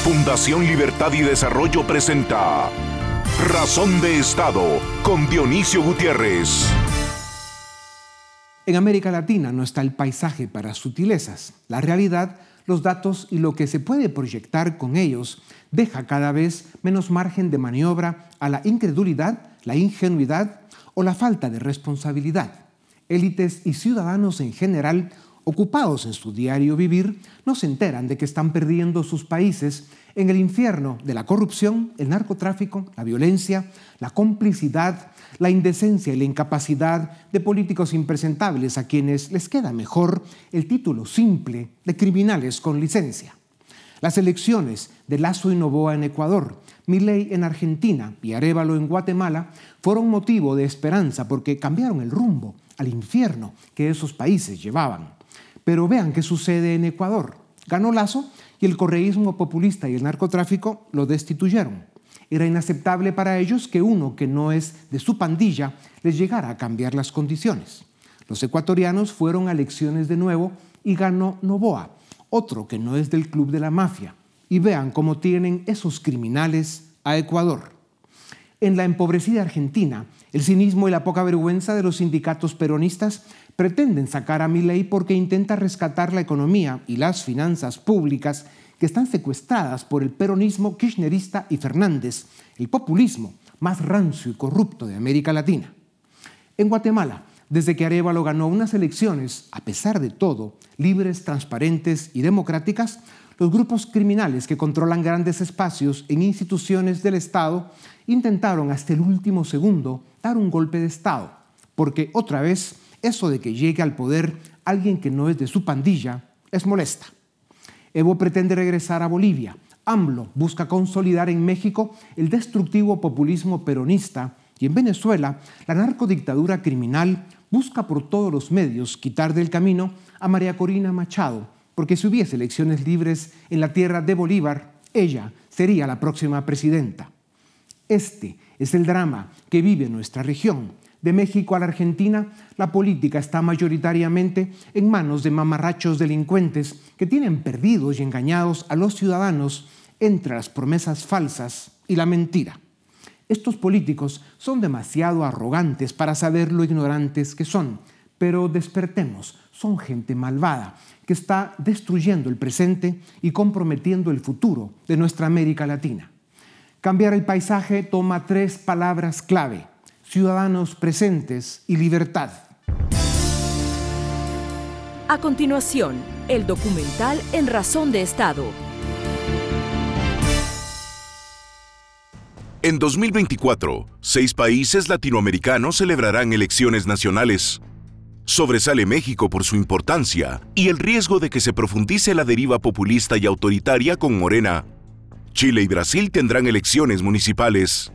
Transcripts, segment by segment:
Fundación Libertad y Desarrollo presenta Razón de Estado con Dionisio Gutiérrez. En América Latina no está el paisaje para sutilezas. La realidad, los datos y lo que se puede proyectar con ellos deja cada vez menos margen de maniobra a la incredulidad, la ingenuidad o la falta de responsabilidad. Élites y ciudadanos en general, ocupados en su diario vivir, no se enteran de que están perdiendo sus países en el infierno de la corrupción, el narcotráfico, la violencia, la complicidad, la indecencia y la incapacidad de políticos impresentables a quienes les queda mejor el título simple de criminales con licencia. Las elecciones de Lasso y Noboa en Ecuador, Milei en Argentina y Arévalo en Guatemala fueron motivo de esperanza porque cambiaron el rumbo al infierno que esos países llevaban. Pero vean qué sucede en Ecuador. Ganó Lasso y el correísmo populista y el narcotráfico lo destituyeron. Era inaceptable para ellos que uno que no es de su pandilla les llegara a cambiar las condiciones. Los ecuatorianos fueron a elecciones de nuevo y ganó Noboa, otro que no es del club de la mafia. Y vean cómo tienen esos criminales a Ecuador. En la empobrecida Argentina, el cinismo y la poca vergüenza de los sindicatos peronistas pretenden sacar a Milei porque intenta rescatar la economía y las finanzas públicas que están secuestradas por el peronismo kirchnerista y Fernández, el populismo más rancio y corrupto de América Latina. En Guatemala, desde que Arévalo ganó unas elecciones, a pesar de todo, libres, transparentes y democráticas, los grupos criminales que controlan grandes espacios en instituciones del Estado intentaron hasta el último segundo dar un golpe de Estado, porque otra vez eso de que llegue al poder alguien que no es de su pandilla les molesta. Evo pretende regresar a Bolivia. AMLO busca consolidar en México el destructivo populismo peronista y en Venezuela la narcodictadura criminal busca por todos los medios quitar del camino a María Corina Machado, porque si hubiese elecciones libres en la tierra de Bolívar, ella sería la próxima presidenta. Este es el drama que vive nuestra región. De México a la Argentina, la política está mayoritariamente en manos de mamarrachos delincuentes que tienen perdidos y engañados a los ciudadanos entre las promesas falsas y la mentira. Estos políticos son demasiado arrogantes para saber lo ignorantes que son, pero despertemos, son gente malvada que está destruyendo el presente y comprometiendo el futuro de nuestra América Latina. Cambiar el paisaje toma 3 palabras clave: ciudadanos presentes y libertad. A continuación, el documental En Razón de Estado. En 2024, 6 países latinoamericanos celebrarán elecciones nacionales. Sobresale México por su importancia y el riesgo de que se profundice la deriva populista y autoritaria con Morena. Chile y Brasil tendrán elecciones municipales.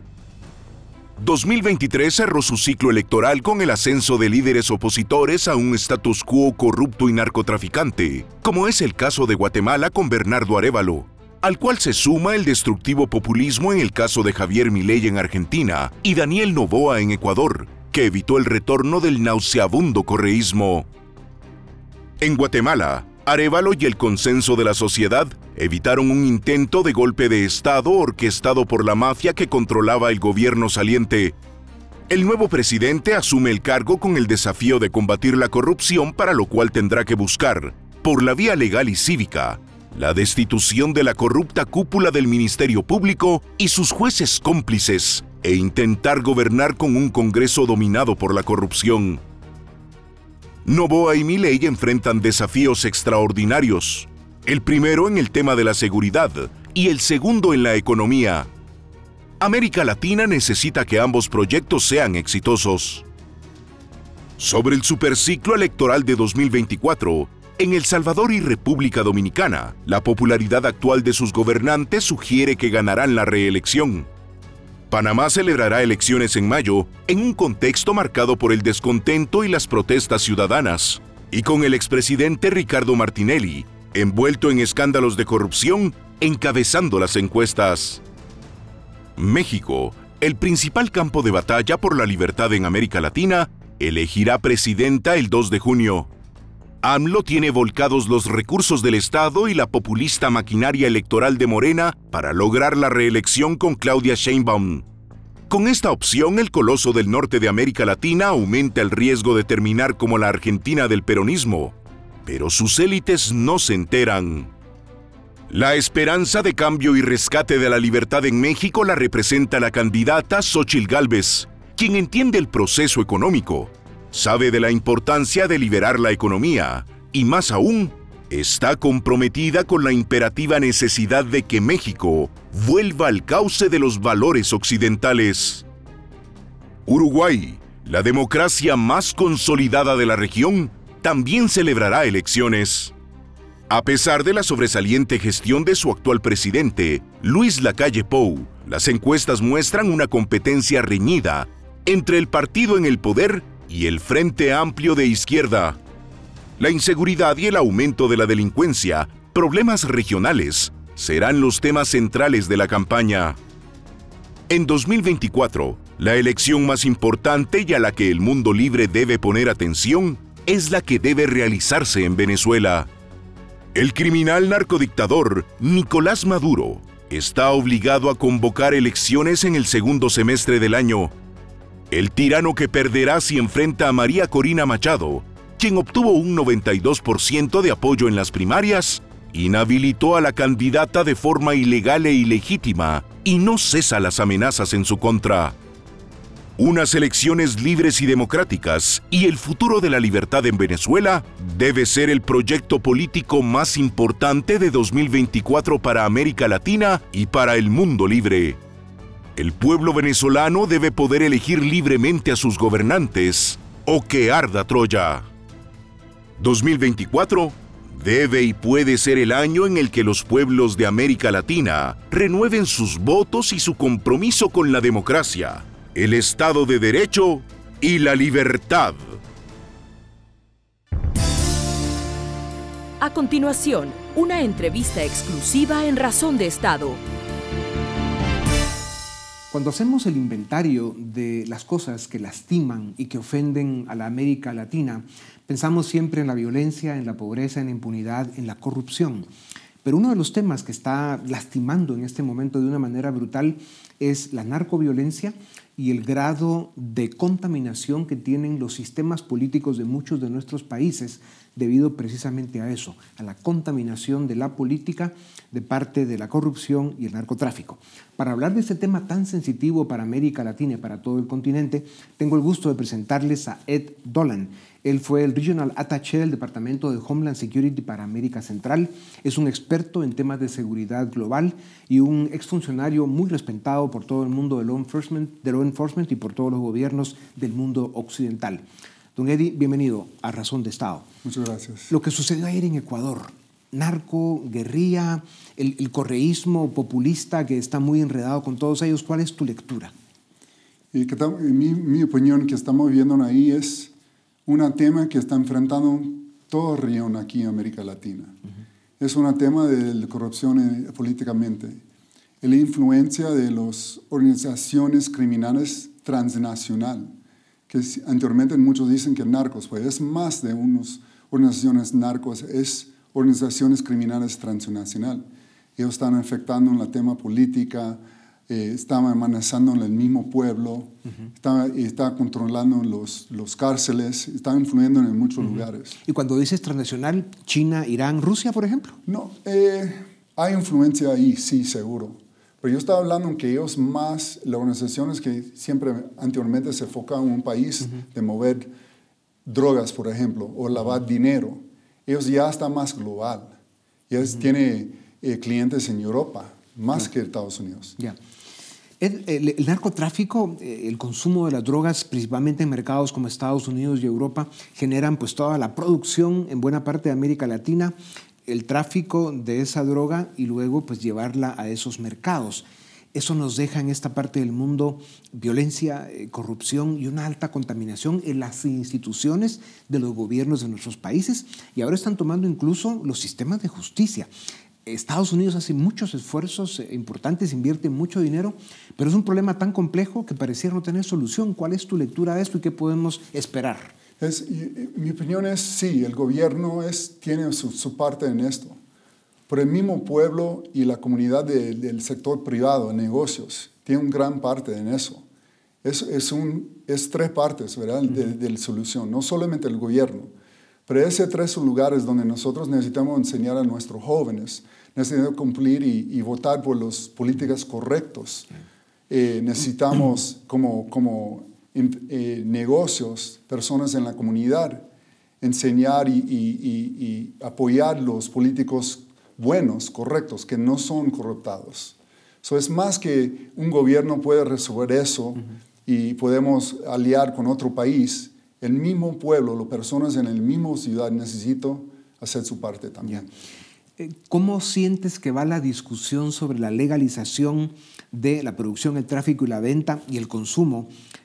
2023 cerró su ciclo electoral con el ascenso de líderes opositores a un status quo corrupto y narcotraficante, como es el caso de Guatemala con Bernardo Arévalo, al cual se suma el destructivo populismo en el caso de Javier Milei en Argentina y Daniel Noboa en Ecuador, que evitó el retorno del nauseabundo correísmo. En Guatemala, Arévalo y el consenso de la sociedad evitaron un intento de golpe de Estado orquestado por la mafia que controlaba el gobierno saliente. El nuevo presidente asume el cargo con el desafío de combatir la corrupción, para lo cual tendrá que buscar, por la vía legal y cívica, la destitución de la corrupta cúpula del Ministerio Público y sus jueces cómplices, e intentar gobernar con un Congreso dominado por la corrupción. Noboa y Milei enfrentan desafíos extraordinarios, el primero en el tema de la seguridad y el segundo en la economía. América Latina necesita que ambos proyectos sean exitosos. Sobre el superciclo electoral de 2024, en El Salvador y República Dominicana, la popularidad actual de sus gobernantes sugiere que ganarán la reelección. Panamá celebrará elecciones en mayo, en un contexto marcado por el descontento y las protestas ciudadanas, y con el expresidente Ricardo Martinelli, envuelto en escándalos de corrupción, encabezando las encuestas. México, el principal campo de batalla por la libertad en América Latina, elegirá presidenta el 2 de junio. AMLO tiene volcados los recursos del Estado y la populista maquinaria electoral de Morena para lograr la reelección con Claudia Sheinbaum. Con esta opción, el coloso del norte de América Latina aumenta el riesgo de terminar como la Argentina del peronismo, pero sus élites no se enteran. La esperanza de cambio y rescate de la libertad en México la representa la candidata Xóchitl Gálvez, quien entiende el proceso económico, sabe de la importancia de liberar la economía y, más aún, está comprometida con la imperativa necesidad de que México vuelva al cauce de los valores occidentales. Uruguay, la democracia más consolidada de la región, también celebrará elecciones. A pesar de la sobresaliente gestión de su actual presidente, Luis Lacalle Pou, las encuestas muestran una competencia reñida entre el partido en el poder y el Frente Amplio de Izquierda. La inseguridad y el aumento de la delincuencia, problemas regionales, serán los temas centrales de la campaña. En 2024, la elección más importante y a la que el mundo libre debe poner atención es la que debe realizarse en Venezuela. El criminal narcodictador Nicolás Maduro está obligado a convocar elecciones en el segundo semestre del año. El tirano que perderá si enfrenta a María Corina Machado, quien obtuvo un 92% de apoyo en las primarias, inhabilitó a la candidata de forma ilegal e ilegítima y no cesa las amenazas en su contra. Unas elecciones libres y democráticas y el futuro de la libertad en Venezuela debe ser el proyecto político más importante de 2024 para América Latina y para el mundo libre. El pueblo venezolano debe poder elegir libremente a sus gobernantes o que arda Troya. 2024 debe y puede ser el año en el que los pueblos de América Latina renueven sus votos y su compromiso con la democracia, el Estado de Derecho y la libertad. A continuación, una entrevista exclusiva en Razón de Estado. Cuando hacemos el inventario de las cosas que lastiman y que ofenden a la América Latina, pensamos siempre en la violencia, en la pobreza, en la impunidad, en la corrupción. Pero uno de los temas que está lastimando en este momento de una manera brutal es la narcoviolencia y el grado de contaminación que tienen los sistemas políticos de muchos de nuestros países debido precisamente a eso, a la contaminación de la política de parte de la corrupción y el narcotráfico. Para hablar de este tema tan sensitivo para América Latina y para todo el continente, tengo el gusto de presentarles a Ed Dolan. Él fue el Regional Attaché del Departamento de Homeland Security para América Central. Es un experto en temas de seguridad global y un exfuncionario muy respetado por todo el mundo de law enforcement y por todos los gobiernos del mundo occidental. Don Eddie, bienvenido a Razón de Estado. Muchas gracias. Lo que sucedió ayer en Ecuador, narco, guerrilla, el correísmo populista que está muy enredado con todos ellos, ¿cuál es tu lectura? Mi opinión que estamos viendo ahí es un tema que está enfrentando toda la región aquí en América Latina. Es un tema de corrupción políticamente. La influencia de las organizaciones criminales transnacionales, que anteriormente muchos dicen que narcos, pues es más de unas organizaciones narcos, es organizaciones criminales transnacionales. Ellos están afectando en el tema política, están amenazando en el mismo pueblo, está controlando los cárceles, están influyendo en muchos lugares. Y cuando dices transnacional, China, Irán, Rusia, por ejemplo. No, hay influencia ahí, sí, seguro. Pero yo estaba hablando que ellos más, las organizaciones que siempre anteriormente se enfocaban en un país de mover drogas, por ejemplo, o lavar dinero, ellos ya están más global. Ellos tienen clientes en Europa, más que Estados Unidos. Ya. El narcotráfico, el consumo de las drogas, principalmente en mercados como Estados Unidos y Europa, generan pues toda la producción en buena parte de América Latina, el tráfico de esa droga y luego pues llevarla a esos mercados. Eso nos deja en esta parte del mundo violencia, corrupción y una alta contaminación en las instituciones de los gobiernos de nuestros países y ahora están tomando incluso los sistemas de justicia. Estados Unidos hace muchos esfuerzos importantes, invierte mucho dinero, pero es un problema tan complejo que pareciera no tener solución. ¿Cuál es tu lectura de esto y qué podemos esperar Mi opinión es sí, el gobierno tiene su parte en esto. Pero el mismo pueblo y la comunidad del sector privado, negocios, tiene una gran parte en eso. Es tres partes, ¿verdad? De la solución, no solamente el gobierno. Pero esos tres son lugares donde nosotros necesitamos enseñar a nuestros jóvenes, necesitamos cumplir y votar por las políticas correctas. Necesitamos como negocios, personas en la comunidad, enseñar y apoyar los políticos buenos, correctos, que no son corruptados. Es más que un gobierno puede resolver eso y podemos aliar con otro país. El mismo pueblo, las personas en la misma ciudad necesitan hacer su parte también. ¿Cómo sientes que va la discusión sobre la legalización de la producción, el tráfico y la venta y el consumo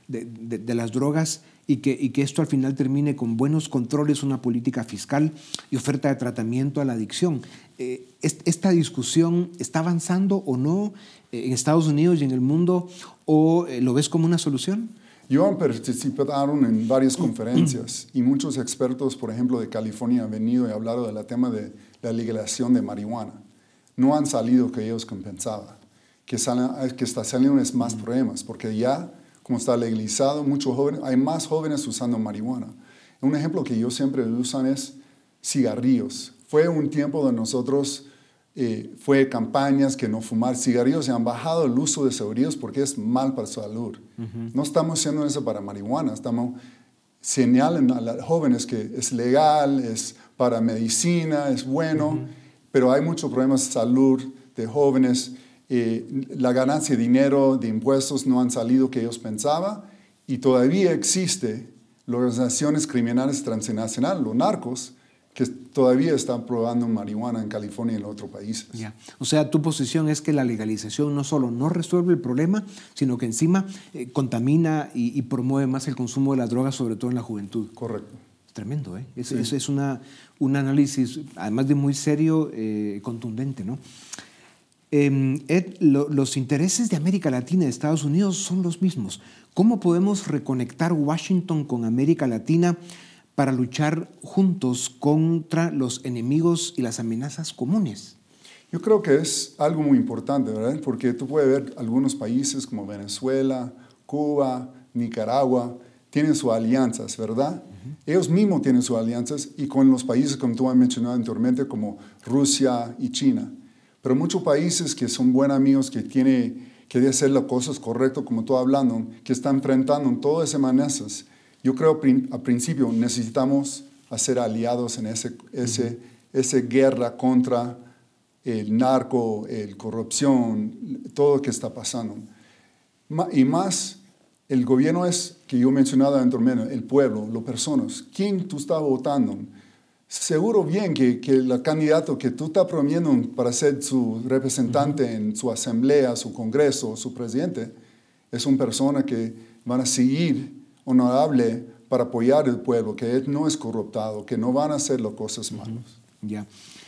de las drogas y que esto al final termine con buenos controles, una política fiscal y oferta de tratamiento a la adicción? ¿Esta discusión está avanzando o no en Estados Unidos y en el mundo o lo ves como una solución? Yo he participado en varias conferencias y muchos expertos, por ejemplo, de California han venido y hablado del tema de la legalización de marihuana. No han salido que ellos pensaban. Que está saliendo más problemas, porque ya, como está legalizado, hay más jóvenes usando marihuana. Un ejemplo que yo siempre uso es cigarrillos. Fue un donde nosotros, fue campañas que no fumar cigarrillos y han bajado el uso de cigarrillos porque es mal para su salud. No estamos haciendo eso para marihuana, estamos señalando a los jóvenes que es legal, es para medicina, es bueno, pero hay muchos problemas de salud de jóvenes. La ganancia de dinero, de impuestos no han salido que ellos pensaban y todavía existe las organizaciones criminales transnacionales, los narcos, que todavía están probando marihuana en California y en otros países. Ya. O sea, tu posición es que la legalización no solo no resuelve el problema, sino que encima contamina y promueve más el consumo de las drogas, sobre todo en la juventud. Correcto. Tremendo, ¿eh? Sí. Es un análisis, además de muy serio, contundente, ¿no? Ed, los intereses de América Latina y de Estados Unidos son los mismos. ¿Cómo podemos reconectar Washington con América Latina para luchar juntos contra los enemigos y las amenazas comunes? Yo creo que es algo muy importante, ¿verdad? Porque tú puedes ver algunos países como Venezuela, Cuba, Nicaragua, tienen sus alianzas, ¿verdad? Ellos mismos tienen sus alianzas y con los países, como tú has mencionado anteriormente, como Rusia y China. Pero muchos países que son buenos amigos, que quieren hacer las cosas correctas, como tú hablando, que están enfrentando todas esas amenazas. Yo creo que al principio necesitamos hacer aliados en esa guerra contra el narco, la corrupción, todo lo que está pasando. Y más, el gobierno es, que yo he mencionado anteriormente, el pueblo, las personas. ¿Quién tú estás votando? Seguro bien que el candidato que tú estás promoviendo para ser su representante en su asamblea, su congreso, su presidente, es una persona que van a seguir honorable para apoyar al pueblo, que él no es corruptado, que no van a hacer las cosas malas. Ya.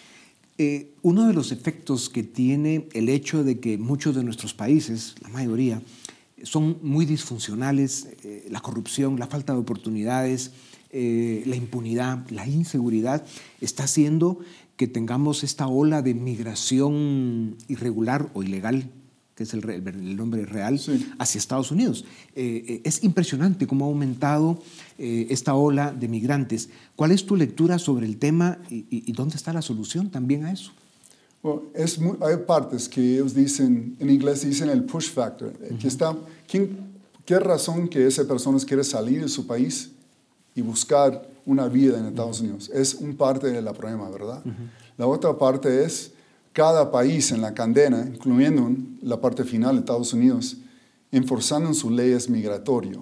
Uno de los efectos que tiene el hecho de que muchos de nuestros países, la mayoría, son muy disfuncionales, la corrupción, la falta de oportunidades, la impunidad, la inseguridad, está haciendo que tengamos esta ola de migración irregular o ilegal, que es el nombre real, sí, hacia Estados Unidos. Es impresionante cómo ha aumentado esta ola de migrantes. ¿Cuál es tu lectura sobre el tema y dónde está la solución también a eso? Well, hay partes que ellos dicen, en inglés dicen el push factor, que está, ¿qué razón que esa persona quiere salir de su país y buscar una vida en Estados Unidos? Es un parte del problema, ¿verdad? La otra parte es cada país en la cadena, incluyendo la parte final de Estados Unidos, enforzando sus leyes migratorias.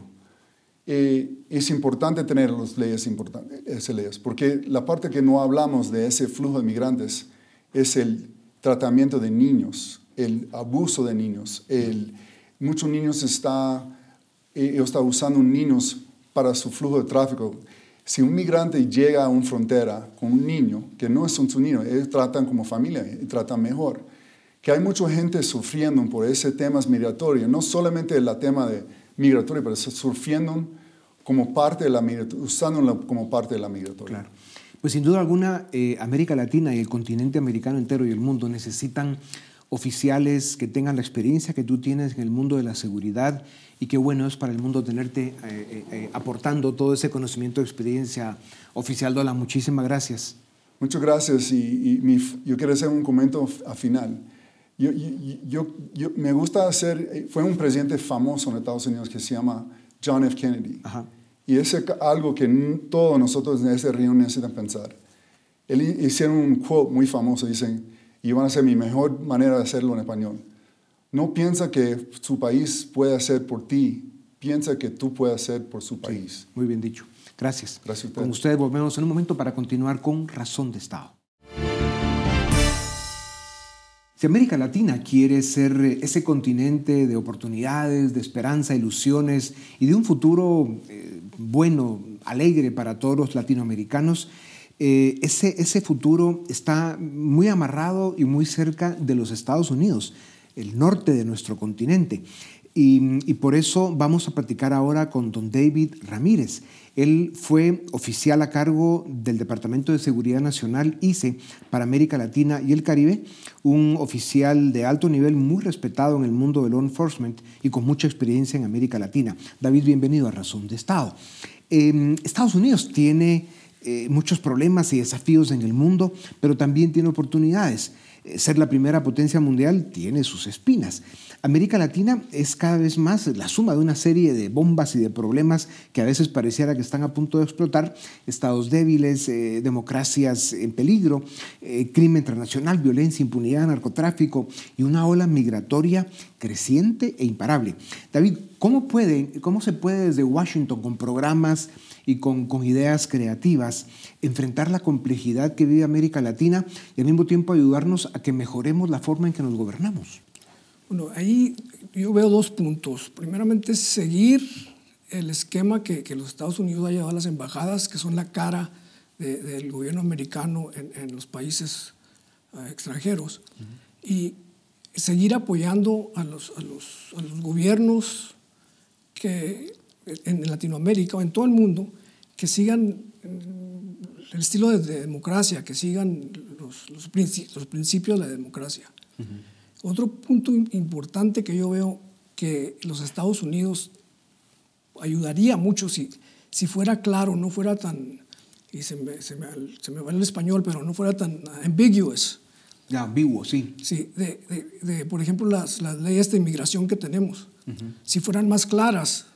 Es importante tener las leyes esas leyes, porque la parte que no hablamos de ese flujo de migrantes es el tratamiento de niños, el abuso de niños. Muchos niños están usando niños para su flujo de tráfico. Si un migrante llega a una frontera con un niño, que no es su niño, ellos tratan como familia y tratan mejor. Que hay mucha gente sufriendo por ese tema migratorio, no solamente el tema de migratorio, pero sufriendo como parte de la migratoria, usándola como parte de la migratoria. Claro. Pues sin duda alguna, América Latina y el continente americano entero y el mundo necesitan oficiales que tengan la experiencia que tú tienes en el mundo de la seguridad, y qué bueno es para el mundo tenerte aportando todo ese conocimiento y experiencia, oficial Dolan. Muchísimas gracias. Muchas gracias, yo quiero hacer un comentario final. Yo me gusta fue un presidente famoso en Estados Unidos que se llama John F. Kennedy. Ajá. Y es algo que todos nosotros en esa reunión necesitan pensar. Él hicieron un quote muy famoso, dicen, y van a ser mi mejor manera de hacerlo en español. No piensa que su país puede hacer por ti, piensa que tú puedes hacer por su país. Sí, muy bien dicho. Gracias. Gracias a ustedes. Con ustedes volvemos en un momento para continuar con Razón de Estado. Si América Latina quiere ser ese continente de oportunidades, de esperanza, ilusiones y de un futuro bueno, alegre para todos los latinoamericanos, ese futuro está muy amarrado y muy cerca de los Estados Unidos, el norte de nuestro continente. Y por eso vamos a platicar ahora con don David Ramírez. Él fue oficial a cargo del Departamento de Seguridad Nacional, ICE, para América Latina y el Caribe, un oficial de alto nivel muy respetado en el mundo del law enforcement y con mucha experiencia en América Latina. David, bienvenido a Razón de Estado. Estados Unidos tiene muchos problemas y desafíos en el mundo, pero también tiene oportunidades. Ser la primera potencia mundial tiene sus espinas. América Latina es cada vez más la suma de una serie de bombas y de problemas que a veces pareciera que están a punto de explotar. Estados débiles, democracias en peligro, crimen transnacional, violencia, impunidad, narcotráfico y una ola migratoria creciente e imparable. David, ¿cómo se puede desde Washington, con programas y con ideas creativas, enfrentar la complejidad que vive América Latina y al mismo tiempo ayudarnos a que mejoremos la forma en que nos gobernamos? Bueno, ahí yo veo dos puntos. Primeramente, seguir el esquema que los Estados Unidos ha llevado a las embajadas, que son la cara del gobierno americano en los países extranjeros, y seguir apoyando a los gobiernos que en Latinoamérica o en todo el mundo, que sigan el estilo de democracia, que sigan los principios de la democracia. Otro punto importante que yo veo que los Estados Unidos ayudaría mucho si fuera claro, no fuera tan, y se me va el español, pero no fuera tan ambiguous. Ya, ambiguo, sí. Sí, por ejemplo, las leyes de inmigración que tenemos. Si fueran más claras,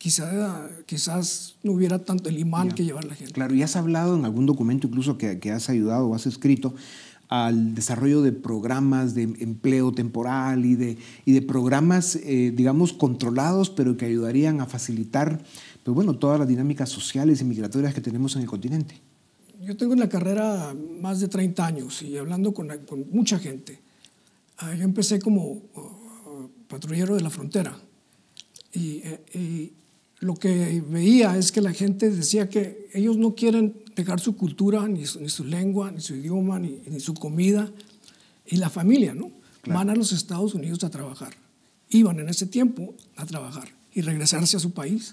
quizás no hubiera tanto el imán que llevar la gente. Claro, y has hablado en algún documento incluso que has ayudado o has escrito al desarrollo de programas de empleo temporal y de programas, digamos, controlados, pero que ayudarían a facilitar, pues bueno, todas las dinámicas sociales y migratorias que tenemos en el continente. Yo tengo en la carrera más de 30 años y hablando con mucha gente. Yo empecé como patrullero de la frontera y lo que veía es que la gente decía que ellos no quieren dejar su cultura, ni su lengua, ni su idioma, ni su comida, y la familia, ¿no? Claro. Van a los Estados Unidos a trabajar. Iban en ese tiempo a trabajar y regresarse a su país,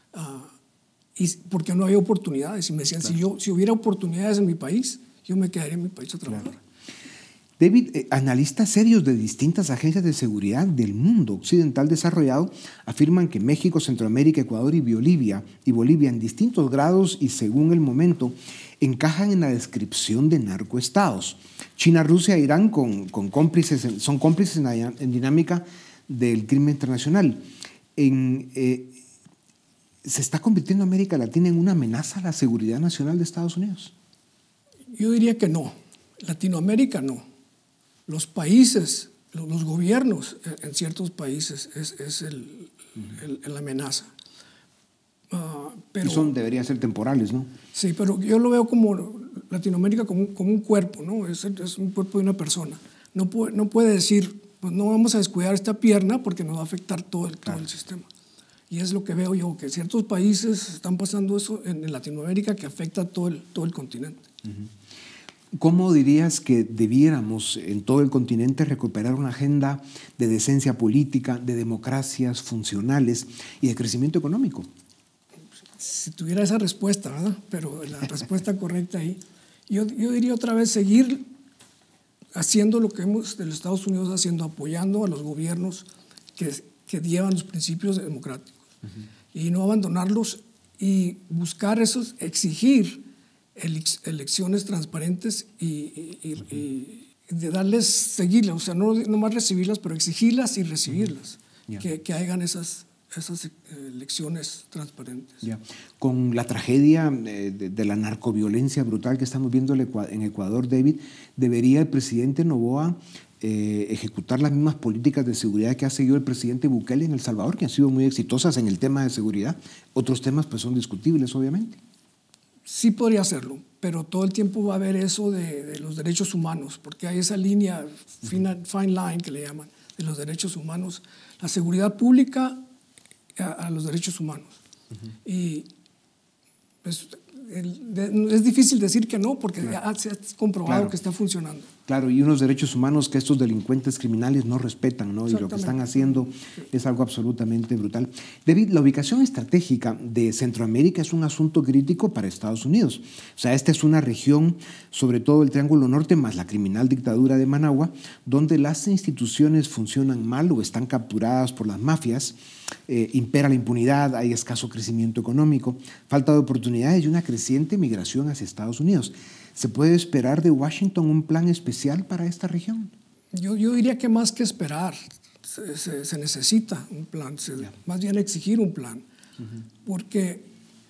porque no había oportunidades. Y me decían, claro, si hubiera oportunidades en mi país, yo me quedaría en mi país a trabajar. Claro. David, analistas serios de distintas agencias de seguridad del mundo occidental desarrollado afirman que México, Centroamérica, Ecuador y Bolivia en distintos grados y según el momento encajan en la descripción de narcoestados. China, Rusia e Irán son cómplices en dinámica del crimen internacional. ¿Se está convirtiendo América Latina en una amenaza a la seguridad nacional de Estados Unidos? Yo diría que no. Latinoamérica no. Los países, los gobiernos en ciertos países es la amenaza. Pero deberían ser temporales, ¿no? Sí, pero yo lo veo como Latinoamérica como un cuerpo, ¿no? Es un cuerpo de una persona. No puede decir, pues no vamos a descuidar esta pierna porque nos va a afectar todo el sistema. Y es lo que veo yo, que ciertos países están pasando eso en Latinoamérica que afecta a todo el continente. ¿Cómo dirías que debiéramos en todo el continente recuperar una agenda de decencia política, de democracias funcionales y de crecimiento económico? si tuviera esa respuesta, ¿verdad? Pero la respuesta correcta ahí, yo diría otra vez seguir haciendo lo que hemos de los Estados Unidos haciendo, apoyando a los gobiernos que llevan los principios democráticos y no abandonarlos y buscar esos, exigir elecciones transparentes y de darles, seguirlas, o sea, no más recibirlas, pero exigirlas y recibirlas, que hagan esas elecciones transparentes. Con la tragedia de la narcoviolencia brutal que estamos viendo en Ecuador, David, ¿debería el presidente Noboa ejecutar las mismas políticas de seguridad que ha seguido el presidente Bukele en El Salvador, que han sido muy exitosas en el tema de seguridad? Otros temas pues son discutibles, obviamente. Sí podría hacerlo, pero todo el tiempo va a haber eso de los derechos humanos, porque hay esa línea, fine line que le llaman, de los derechos humanos, la seguridad pública a los derechos humanos. Y pues, es difícil decir que no, porque ya se ha comprobado que está funcionando. Claro, y unos derechos humanos que estos delincuentes criminales no respetan, ¿no? Y lo que están haciendo es algo absolutamente brutal. David, la ubicación estratégica de Centroamérica es un asunto crítico para Estados Unidos. O sea, esta es una región, sobre todo el Triángulo Norte, más la criminal dictadura de Managua, donde las instituciones funcionan mal o están capturadas por las mafias, impera la impunidad, hay escaso crecimiento económico, falta de oportunidades y una creciente migración hacia Estados Unidos. ¿Se puede esperar de Washington un plan especial para esta región? Yo diría que más que esperar, se necesita un plan, más bien exigir un plan, porque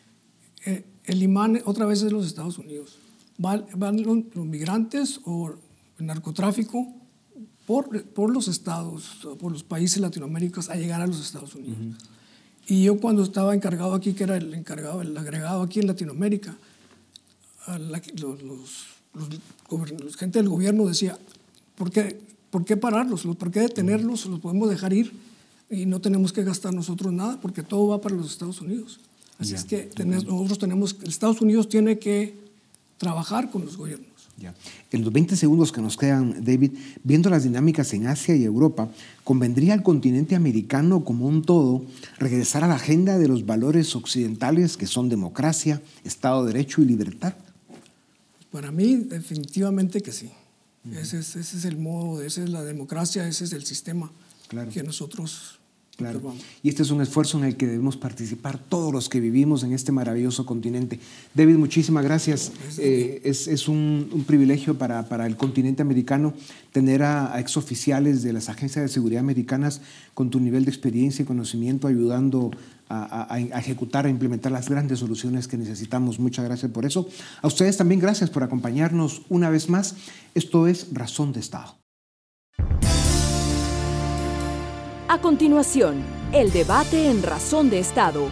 el imán otra vez es los Estados Unidos. Van los migrantes o el narcotráfico por los estados, por los países latinoamericanos a llegar a los Estados Unidos. Y yo cuando estaba encargado aquí, que era el agregado aquí en Latinoamérica, los gente del gobierno decía, ¿por qué pararlos? ¿Por qué detenerlos? Los podemos dejar ir y no tenemos que gastar nosotros nada porque todo va para los Estados Unidos. Así es que Estados Unidos tiene que trabajar con los gobiernos. En los 20 segundos que nos quedan, David, viendo las dinámicas en Asia y Europa, ¿convendría al continente americano como un todo regresar a la agenda de los valores occidentales que son democracia, Estado de Derecho y libertad? Para mí, definitivamente que sí. Ese es el modo, esa es la democracia, ese es el sistema que nosotros observamos. Y este es un esfuerzo en el que debemos participar todos los que vivimos en este maravilloso continente. David, muchísimas gracias. Es un privilegio para el continente americano tener a exoficiales de las agencias de seguridad americanas con tu nivel de experiencia y conocimiento ayudando a ejecutar, a implementar las grandes soluciones que necesitamos. Muchas gracias por eso. A ustedes también gracias por acompañarnos una vez más. Esto es Razón de Estado. A continuación, el debate en Razón de Estado.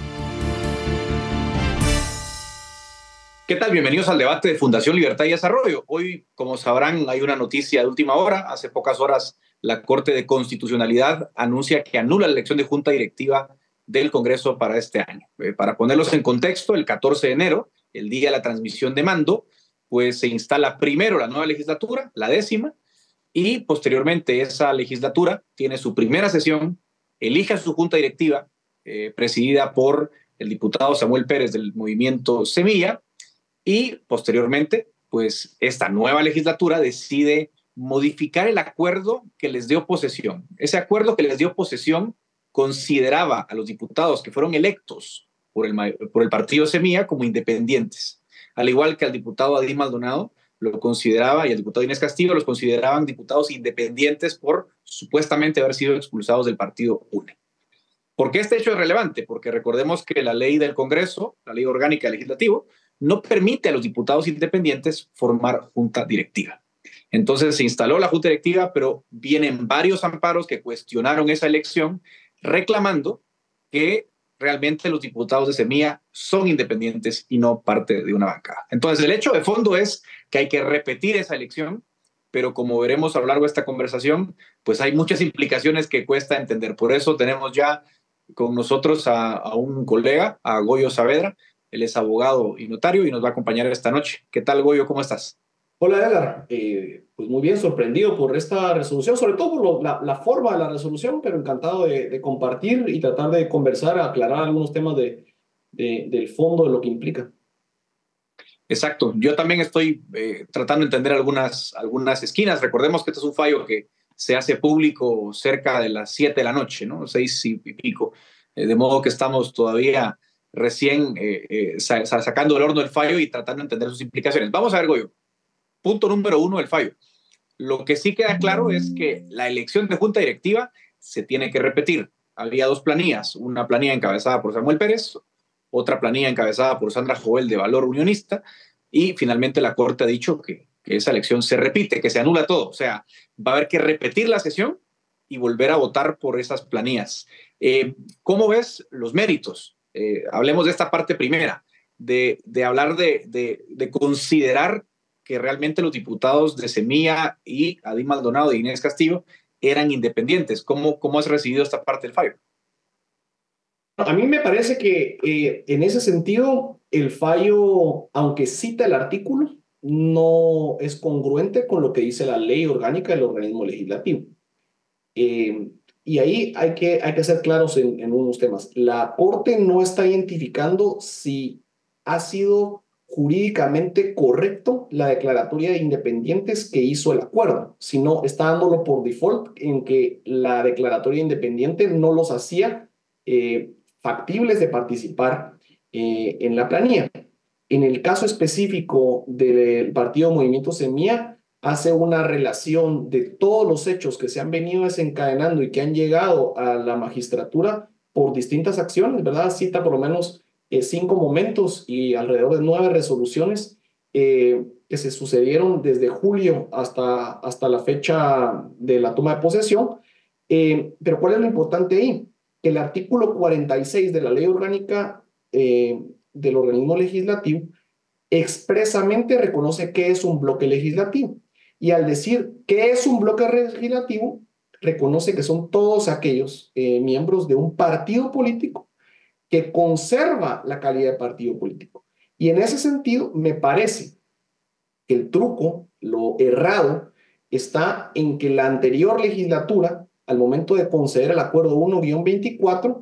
¿Qué tal? Bienvenidos al debate de Fundación Libertad y Desarrollo. Hoy, como sabrán, hay una noticia de última hora. Hace pocas horas, la Corte de Constitucionalidad anuncia que anula la elección de junta directiva del Congreso para este año. Para ponerlos en contexto, el 14 de enero, el día de la transmisión de mando, pues se instala primero la nueva legislatura, la 10ª, y posteriormente esa legislatura tiene su primera sesión, elige a su junta directiva, presidida por el diputado Samuel Pérez del movimiento Semilla, y posteriormente, pues esta nueva legislatura decide modificar el acuerdo que les dio posesión. Ese acuerdo que les dio posesión consideraba a los diputados que fueron electos por el partido Semilla como independientes, al igual que al diputado Adí Maldonado lo consideraba y al diputado Inés Castillo los consideraban diputados independientes por supuestamente haber sido expulsados del partido UNE. ¿Por qué este hecho es relevante? Porque recordemos que la ley del Congreso, la ley orgánica del Legislativo, no permite a los diputados independientes formar junta directiva. Entonces se instaló la junta directiva, pero vienen varios amparos que cuestionaron esa elección, reclamando que realmente los diputados de Semilla son independientes y no parte de una bancada. Entonces el hecho de fondo es que hay que repetir esa elección, pero como veremos a lo largo de esta conversación, pues hay muchas implicaciones que cuesta entender. Por eso tenemos ya con nosotros a un colega, a Goyo Saavedra. Él es abogado y notario y nos va a acompañar esta noche. ¿Qué tal, Goyo? ¿Cómo estás? Hola, Edgar. Pues muy bien, sorprendido por esta resolución, sobre todo por la forma de la resolución, pero encantado de compartir y tratar de conversar, aclarar algunos temas de del fondo de lo que implica. Exacto. Yo también estoy tratando de entender algunas esquinas. Recordemos que este es un fallo que se hace público cerca de las 7 de la noche, ¿no? 6 y pico. De modo que estamos todavía recién sacando del horno el fallo y tratando de entender sus implicaciones. Vamos a ver, Goyo. Punto número 1 del fallo. Lo que sí queda claro es que la elección de junta directiva se tiene que repetir. Había 2 planillas, una planilla encabezada por Samuel Pérez, otra planilla encabezada por Sandra Jovel de Valor Unionista, y finalmente la Corte ha dicho que esa elección se repite, que se anula todo. O sea, va a haber que repetir la sesión y volver a votar por esas planillas. ¿Cómo ves los méritos? Hablemos de esta parte primera, de hablar de considerar que realmente los diputados de Semilla y Adín Maldonado y Inés Castillo eran independientes. ¿Cómo has recibido esta parte del fallo? A mí me parece que en ese sentido el fallo, aunque cita el artículo, no es congruente con lo que dice la ley orgánica del organismo legislativo. Y ahí hay que ser claros en unos temas. La Corte no está identificando si ha sido jurídicamente correcto la declaratoria de independientes que hizo el acuerdo, sino está dándolo por default en que la declaratoria independiente no los hacía factibles de participar en la planilla. En el caso específico del Partido Movimiento Semilla, hace una relación de todos los hechos que se han venido desencadenando y que han llegado a la magistratura por distintas acciones, ¿verdad? Cita por lo menos 5 momentos y alrededor de 9 resoluciones que se sucedieron desde julio hasta la fecha de la toma de posesión. Pero ¿cuál es lo importante ahí? Que el artículo 46 de la ley orgánica del organismo legislativo expresamente reconoce que es un bloque legislativo. Y al decir que es un bloque legislativo, reconoce que son todos aquellos miembros de un partido político que conserva la calidad de partido político. Y en ese sentido, me parece que el truco, lo errado, está en que la anterior legislatura, al momento de conceder el acuerdo 1-24,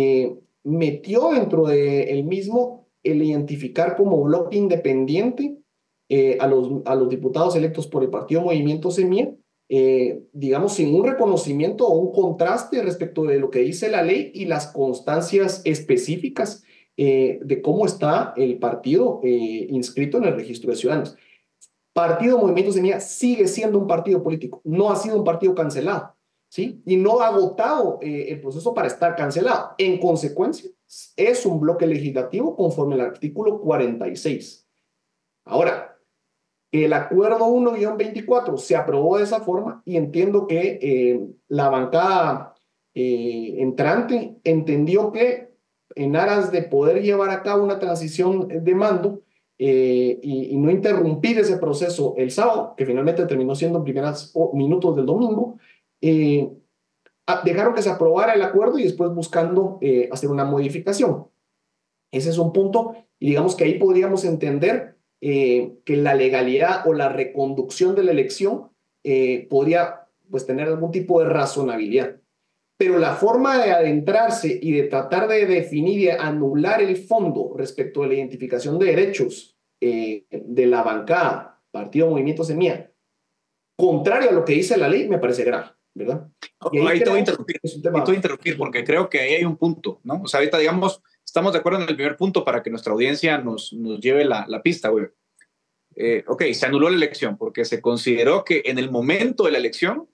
metió dentro del mismo el identificar como bloque independiente a los diputados electos por el Partido Movimiento Semilla, digamos, sin un reconocimiento o un contraste respecto de lo que dice la ley y las constancias específicas de cómo está el partido inscrito en el registro de ciudadanos. Partido Movimiento Semilla sigue siendo un partido político, no ha sido un partido cancelado, ¿sí? Y no ha agotado el proceso para estar cancelado. En consecuencia, es un bloque legislativo conforme al artículo 46. Ahora, el acuerdo 1-24 se aprobó de esa forma y entiendo que la bancada entrante entendió que en aras de poder llevar a cabo una transición de mando y no interrumpir ese proceso el sábado, que finalmente terminó siendo en primeros minutos del domingo, dejaron que se aprobara el acuerdo y después buscando hacer una modificación. Ese es un punto y digamos que ahí podríamos entender que la legalidad o la reconducción de la elección podría pues tener algún tipo de razonabilidad. Pero la forma de adentrarse y de tratar de definir y anular el fondo respecto de la identificación de derechos de la bancada, Partido Movimiento Semilla, contrario a lo que dice la ley, me parece grave, ¿verdad? Ahí te voy a interrumpir porque creo que ahí hay un punto, ¿no? O sea, ahorita, digamos, estamos de acuerdo en el primer punto para que nuestra audiencia nos lleve la pista, güey. Ok, se anuló la elección porque se consideró que en el momento de la elección,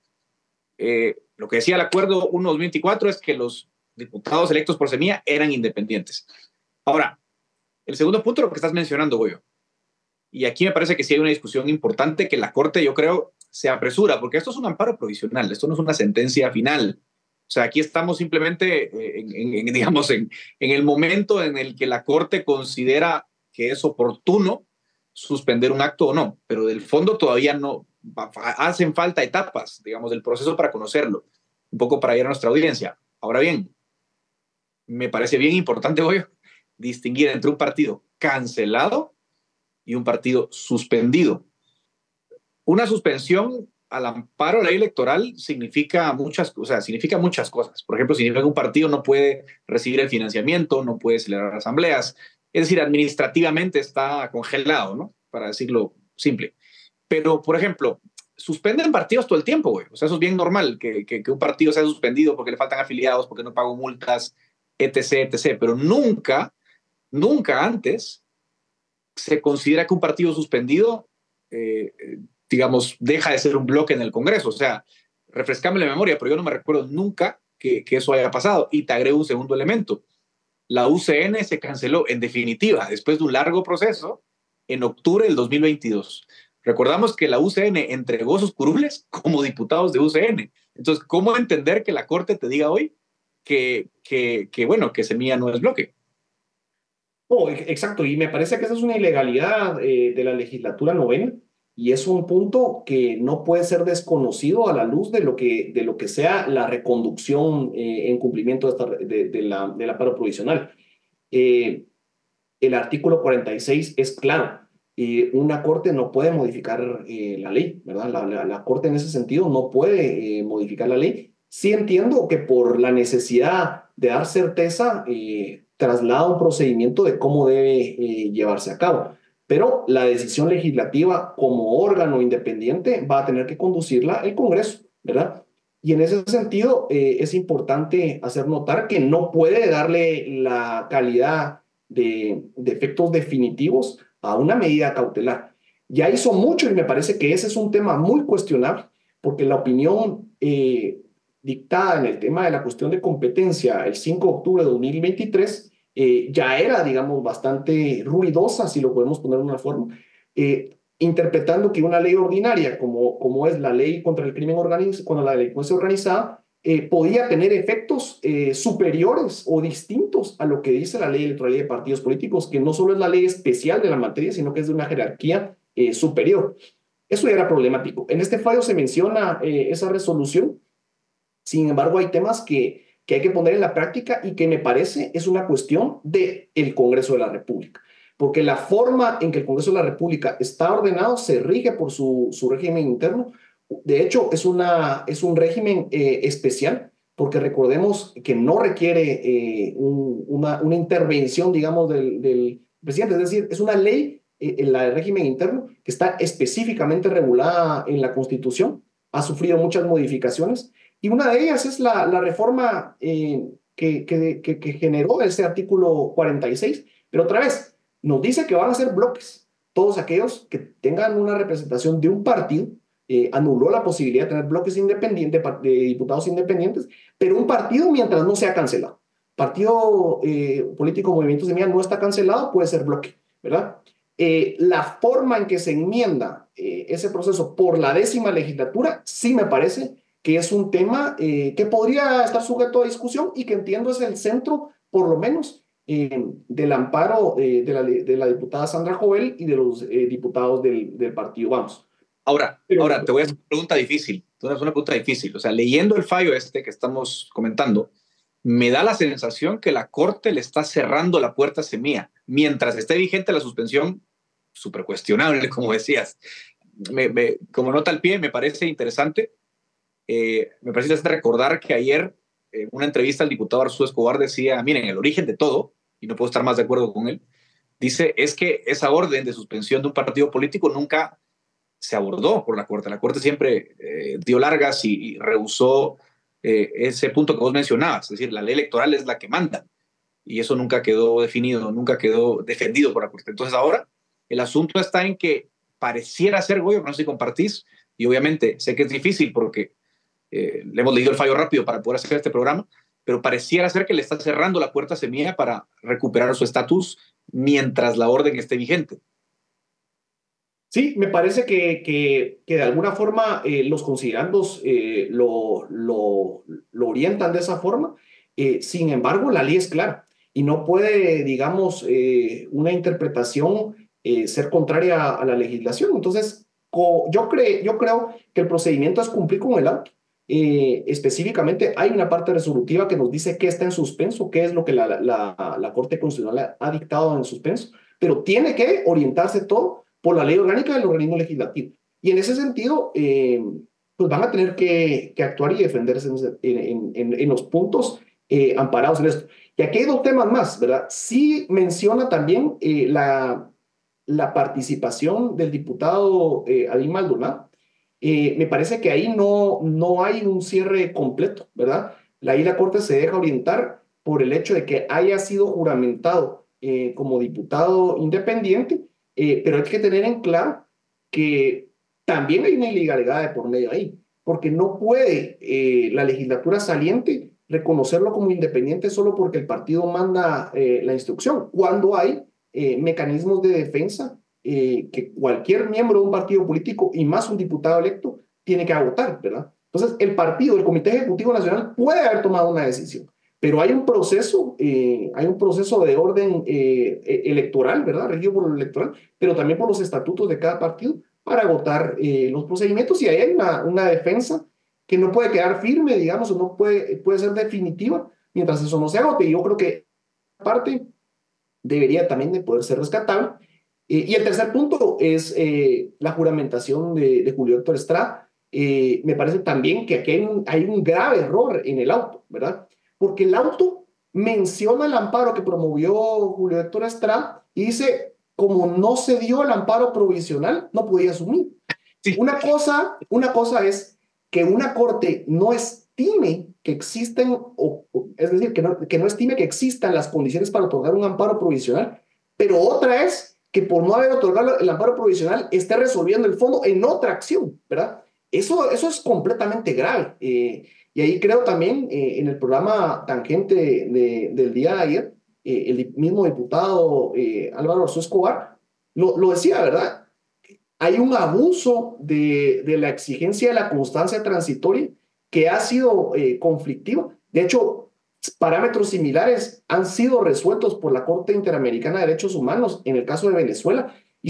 lo que decía el acuerdo 1-24 es que los diputados electos por Semilla eran independientes. Ahora, el segundo punto es lo que estás mencionando, güey. Y aquí me parece que sí hay una discusión importante que la Corte, yo creo, se apresura, porque esto es un amparo provisional, esto no es una sentencia final. O sea, aquí estamos simplemente, digamos, en el momento en el que la Corte considera que es oportuno suspender un acto o no, pero del fondo todavía no, hacen falta etapas, digamos, del proceso para conocerlo, un poco para ir a nuestra audiencia. Ahora bien, me parece bien importante, voy distinguir entre un partido cancelado y un partido suspendido. Una suspensión al amparo a la ley electoral significa significa muchas cosas. Por ejemplo, significa que un partido no puede recibir el financiamiento, no puede celebrar asambleas. Es decir, administrativamente está congelado, ¿no? Para decirlo simple. Pero, por ejemplo, suspenden partidos todo el tiempo, güey. O sea, eso es bien normal, que un partido sea suspendido porque le faltan afiliados, porque no pagó multas, etc., etc. Pero nunca antes se considera que un partido suspendido, digamos, deja de ser un bloque en el Congreso. O sea, refrescame la memoria, pero yo no me recuerdo nunca que eso haya pasado. Y te agrego un segundo elemento. La UCN se canceló en definitiva después de un largo proceso en octubre del 2022. Recordamos que la UCN entregó sus curules como diputados de UCN. Entonces, ¿cómo entender que la Corte te diga hoy que Semilla no es bloque? Oh, exacto, y me parece que esa es una ilegalidad de la legislatura novena, y es un punto que no puede ser desconocido a la luz de lo que sea la reconducción en cumplimiento del amparo provisional. El artículo 46 es claro. Una corte no puede modificar la ley, ¿verdad? La corte en ese sentido no puede modificar la ley. Sí entiendo que por la necesidad de dar certeza traslada un procedimiento de cómo debe llevarse a cabo. Pero la decisión legislativa como órgano independiente va a tener que conducirla el Congreso, ¿verdad? Y en ese sentido es importante hacer notar que no puede darle la calidad de efectos definitivos a una medida cautelar. Ya hizo mucho y me parece que ese es un tema muy cuestionable, porque la opinión dictada en el tema de la cuestión de competencia el 5 de octubre de 2023 ya era, digamos, bastante ruidosa, si lo podemos poner de una forma, interpretando que una ley ordinaria, como es la ley contra el crimen organizado, contra la delincuencia organizada, podía tener efectos superiores o distintos a lo que dice la ley electoral de partidos políticos, que no solo es la ley especial de la materia, sino que es de una jerarquía superior. Eso ya era problemático. En este fallo se menciona esa resolución. Sin embargo, hay temas que hay que poner en la práctica y que me parece es una cuestión del Congreso de la República. Porque la forma en que el Congreso de la República está ordenado se rige por su régimen interno. De hecho, es un régimen especial, porque recordemos que no requiere una intervención, digamos, del presidente. Es decir, es una ley, el régimen interno, que está específicamente regulada en la Constitución. Ha sufrido muchas modificaciones. Y una de ellas es la reforma que generó ese artículo 46. Pero otra vez, nos dice que van a ser bloques. Todos aquellos que tengan una representación de un partido, anuló la posibilidad de tener bloques independientes, de diputados independientes, pero un partido mientras no sea cancelado. Partido político Movimiento Semilla no está cancelado, puede ser bloque, ¿verdad? La forma en que se enmienda ese proceso por la 10ª legislatura, sí me parece que es un tema que podría estar sujeto a discusión y que entiendo es el centro, por lo menos, del amparo de la diputada Sandra Jovel y de los diputados del partido Vamos. Ahora, te voy a hacer una pregunta difícil. O sea, leyendo el fallo que estamos comentando, me da la sensación que la Corte le está cerrando la puerta a Semilla. Mientras esté vigente la suspensión, súper cuestionable, como decías. Como nota al pie, me parece interesante. Me parece interesante recordar que ayer, en una entrevista, el diputado Arzú Escobar decía, miren, el origen de todo, y no puedo estar más de acuerdo con él, dice, es que esa orden de suspensión de un partido político nunca se abordó por la Corte. La Corte siempre dio largas y rehusó ese punto que vos mencionabas, es decir, la ley electoral es la que manda, y eso nunca quedó definido, nunca quedó defendido por la Corte. Entonces ahora el asunto está en que pareciera ser, Goyo, no sé si compartís, y obviamente sé que es difícil porque le hemos leído el fallo rápido para poder hacer este programa, pero pareciera ser que le está cerrando la puerta a Semilla para recuperar su estatus mientras la orden esté vigente. Sí, me parece que de alguna forma los considerandos lo orientan de esa forma. Sin embargo, la ley es clara y no puede, digamos, una interpretación ser contraria a la legislación. Entonces, yo creo que el procedimiento es cumplir con el auto. Específicamente, hay una parte resolutiva que nos dice qué está en suspenso, qué es lo que la Corte Constitucional ha dictado en suspenso, pero tiene que orientarse todo por la ley orgánica del organismo legislativo. Y en ese sentido, pues van a tener que actuar y defenderse en los puntos amparados en esto. Y aquí hay dos temas más, ¿verdad? Sí menciona también la participación del diputado Adín Maldonado. Me parece que ahí no hay un cierre completo, ¿verdad? Ahí la Corte se deja orientar por el hecho de que haya sido juramentado como diputado independiente, pero hay que tener en claro que también hay una ilegalidad de por medio ahí, porque no puede la legislatura saliente reconocerlo como independiente solo porque el partido manda la instrucción, cuando hay mecanismos de defensa que cualquier miembro de un partido político y más un diputado electo tiene que agotar, ¿verdad? Entonces, el Comité Ejecutivo Nacional puede haber tomado una decisión, pero hay un proceso de orden electoral, ¿verdad? Regido por lo electoral, pero también por los estatutos de cada partido para agotar los procedimientos, y ahí hay una defensa que no puede quedar firme, digamos, o no puede ser definitiva mientras eso no se agote. Y yo creo que parte debería también de poder ser rescatable. Y el tercer punto es la juramentación de Julio Héctor Estrada. Me parece también que aquí hay un grave error en el auto, ¿verdad? Porque el auto menciona el amparo que promovió Julio Héctor Estrada y dice, como no se dio el amparo provisional, no podía asumir. Sí. Una cosa es que una corte no estime que existen, es decir, que no estime que existan las condiciones para otorgar un amparo provisional, pero otra es que por no haber otorgado el amparo provisional esté resolviendo el fondo en otra acción, ¿verdad? Eso es completamente grave. Y ahí creo también, en el programa Tangente del día de ayer, el mismo diputado Álvaro Arzú Escobar lo decía, ¿verdad? Hay un abuso de la exigencia de la constancia transitoria que ha sido conflictiva. De hecho, parámetros similares han sido resueltos por la Corte Interamericana de Derechos Humanos en el caso de Venezuela, y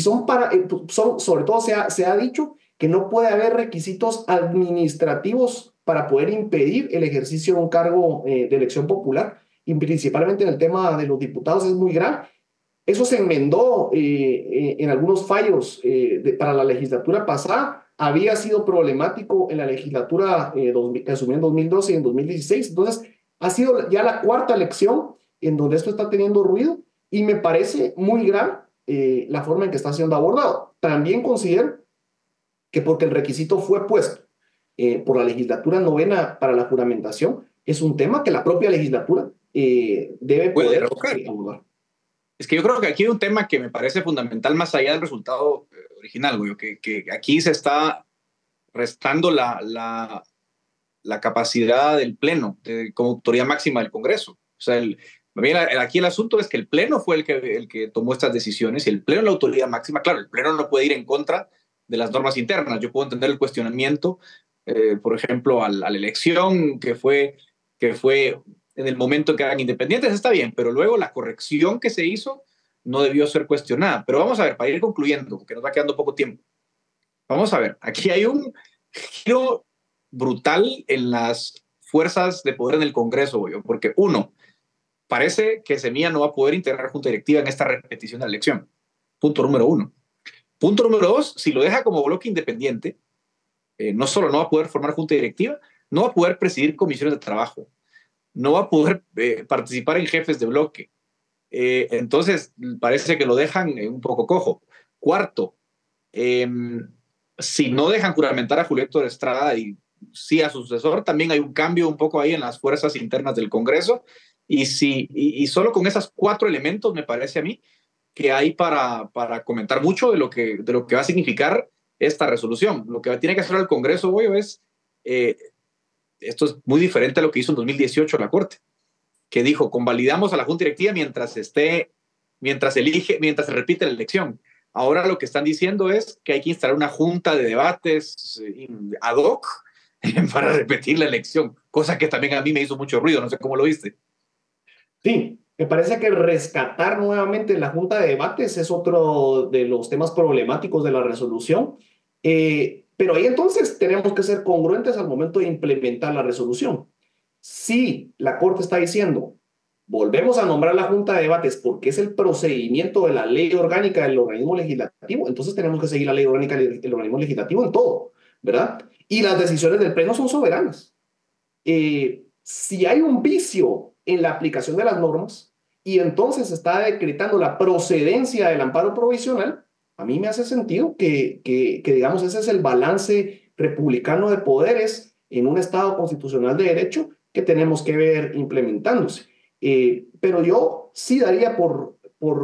sobre todo se ha dicho que no puede haber requisitos administrativos para poder impedir el ejercicio de un cargo de elección popular, y principalmente en el tema de los diputados es muy grave. Eso se enmendó en algunos fallos para la legislatura pasada. Había sido problemático en la legislatura que asumió en 2012 y en 2016. Entonces, ha sido ya la cuarta elección en donde esto está teniendo ruido, y me parece muy grave la forma en que está siendo abordado. También considero que porque el requisito fue puesto por la legislatura novena para la juramentación, es un tema que la propia legislatura debe poder abordar. Es que yo creo que aquí hay un tema que me parece fundamental más allá del resultado original, güey, que aquí se está restando la capacidad del Pleno como autoridad máxima del Congreso. O sea, aquí el asunto es que el Pleno fue el que tomó estas decisiones, y el Pleno es la autoridad máxima. Claro, el Pleno no puede ir en contra de las normas internas. Yo puedo entender el cuestionamiento, por ejemplo, a la elección que fue en el momento que eran independientes, está bien, pero luego la corrección que se hizo no debió ser cuestionada. Pero vamos a ver, para ir concluyendo, porque nos va quedando poco tiempo. Vamos a ver, aquí hay un giro brutal en las fuerzas de poder en el Congreso, porque uno, parece que Semilla no va a poder integrar junta directiva en esta repetición de la elección. Punto número uno. Punto número dos, si lo deja como bloque independiente, no solo no va a poder formar junta directiva, no va a poder presidir comisiones de trabajo, no va a poder participar en jefes de bloque. Entonces, parece que lo dejan un poco cojo. Cuarto, si no dejan juramentar a Julio Héctor Estrada y sí a su sucesor, también hay un cambio un poco ahí en las fuerzas internas del Congreso. Y solo con esos cuatro elementos me parece a mí que hay para comentar mucho de lo que va a significar esta resolución. Lo que tiene que hacer el Congreso, Goyo, es... esto es muy diferente a lo que hizo en 2018 la Corte, que dijo, convalidamos a la Junta Directiva mientras se repite la elección. Ahora lo que están diciendo es que hay que instalar una junta de debates ad hoc para repetir la elección, cosa que también a mí me hizo mucho ruido, no sé cómo lo viste. Sí, me parece que rescatar nuevamente la junta de debates es otro de los temas problemáticos de la resolución. Pero ahí entonces tenemos que ser congruentes al momento de implementar la resolución. Si la Corte está diciendo, volvemos a nombrar la Junta de Debates porque es el procedimiento de la ley orgánica del organismo legislativo, entonces tenemos que seguir la ley orgánica del organismo legislativo en todo. ¿verdad? Y las decisiones del Pleno son soberanas. Si hay un vicio en la aplicación de las normas y entonces se está decretando la procedencia del amparo provisional, a mí me hace sentido que digamos, ese es el balance republicano de poderes en un Estado constitucional de derecho que tenemos que ver implementándose. Pero yo sí daría por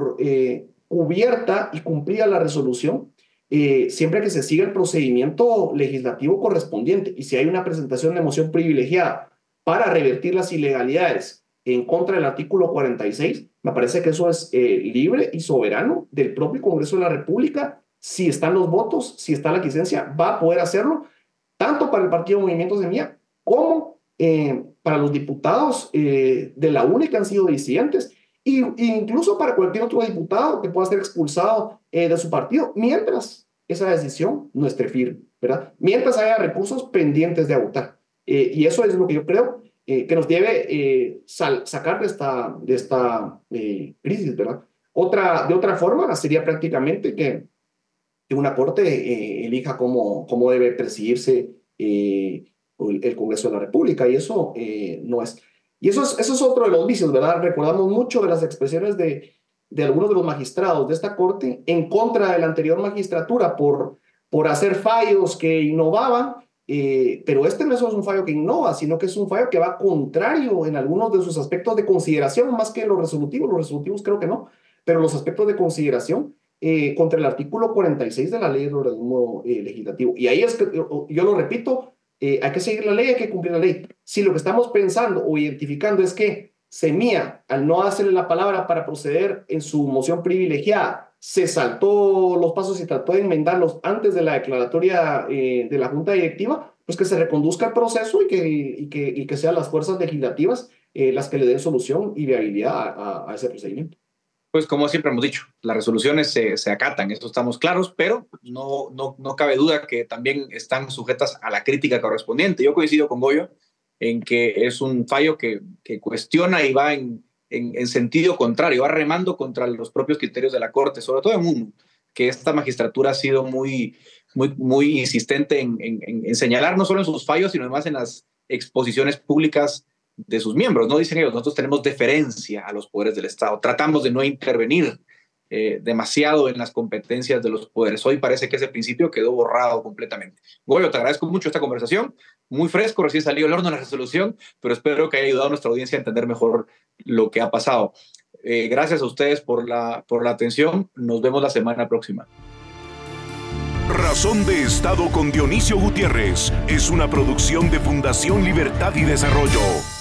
cubierta y cumplida la resolución siempre que se siga el procedimiento legislativo correspondiente. Y si hay una presentación de moción privilegiada para revertir las ilegalidades en contra del artículo 46, me parece que eso es libre y soberano del propio Congreso de la República. Si están los votos, si está la quiesencia, va a poder hacerlo, tanto para el Partido Movimiento Semilla como para los diputados de la UNE que han sido disidentes, e incluso para cualquier otro diputado que pueda ser expulsado de su partido, mientras esa decisión no esté firme, ¿verdad? Mientras haya recursos pendientes de agotar. Y eso es lo que yo creo que nos debe sacar de esta crisis, ¿verdad? De otra forma sería prácticamente que una corte elija cómo debe presidirse el Congreso de la República, y eso no es. Y eso es otro de los vicios, ¿verdad? Recordamos mucho de las expresiones de algunos de los magistrados de esta corte en contra de la anterior magistratura por hacer fallos que innovaban, pero este no es un fallo que innova, sino que es un fallo que va contrario en algunos de sus aspectos de consideración, más que los resolutivos creo que no, pero los aspectos de consideración contra el artículo 46 de la Ley de Organismo Legislativo. Y ahí es que, yo lo repito, hay que seguir la ley, hay que cumplir la ley. Si lo que estamos pensando o identificando es que Semilla, al no hacerle la palabra para proceder en su moción privilegiada, se saltó los pasos y trató de enmendarlos antes de la declaratoria de la Junta Directiva, pues que se reconduzca el proceso y que sean las fuerzas legislativas las que le den solución y viabilidad a ese procedimiento. Pues como siempre hemos dicho, las resoluciones se acatan, eso estamos claros, pero no cabe duda que también están sujetas a la crítica correspondiente. Yo coincido con Goyo en que es un fallo que cuestiona y va en sentido contrario, va remando contra los propios criterios de la Corte, sobre todo en uno, que esta magistratura ha sido muy insistente en señalar no solo en sus fallos, sino además en las exposiciones públicas de sus miembros. No dicen ellos, nosotros tenemos deferencia a los poderes del Estado, tratamos de no intervenir demasiado en las competencias de los poderes. Hoy parece que ese principio quedó borrado completamente. Goyo, te agradezco mucho esta conversación, muy fresco, recién salió el horno de la resolución, pero espero que haya ayudado a nuestra audiencia a entender mejor lo que ha pasado. Gracias a ustedes por la atención, nos vemos la semana próxima. Razón de Estado con Dionisio Gutiérrez es una producción de Fundación Libertad y Desarrollo.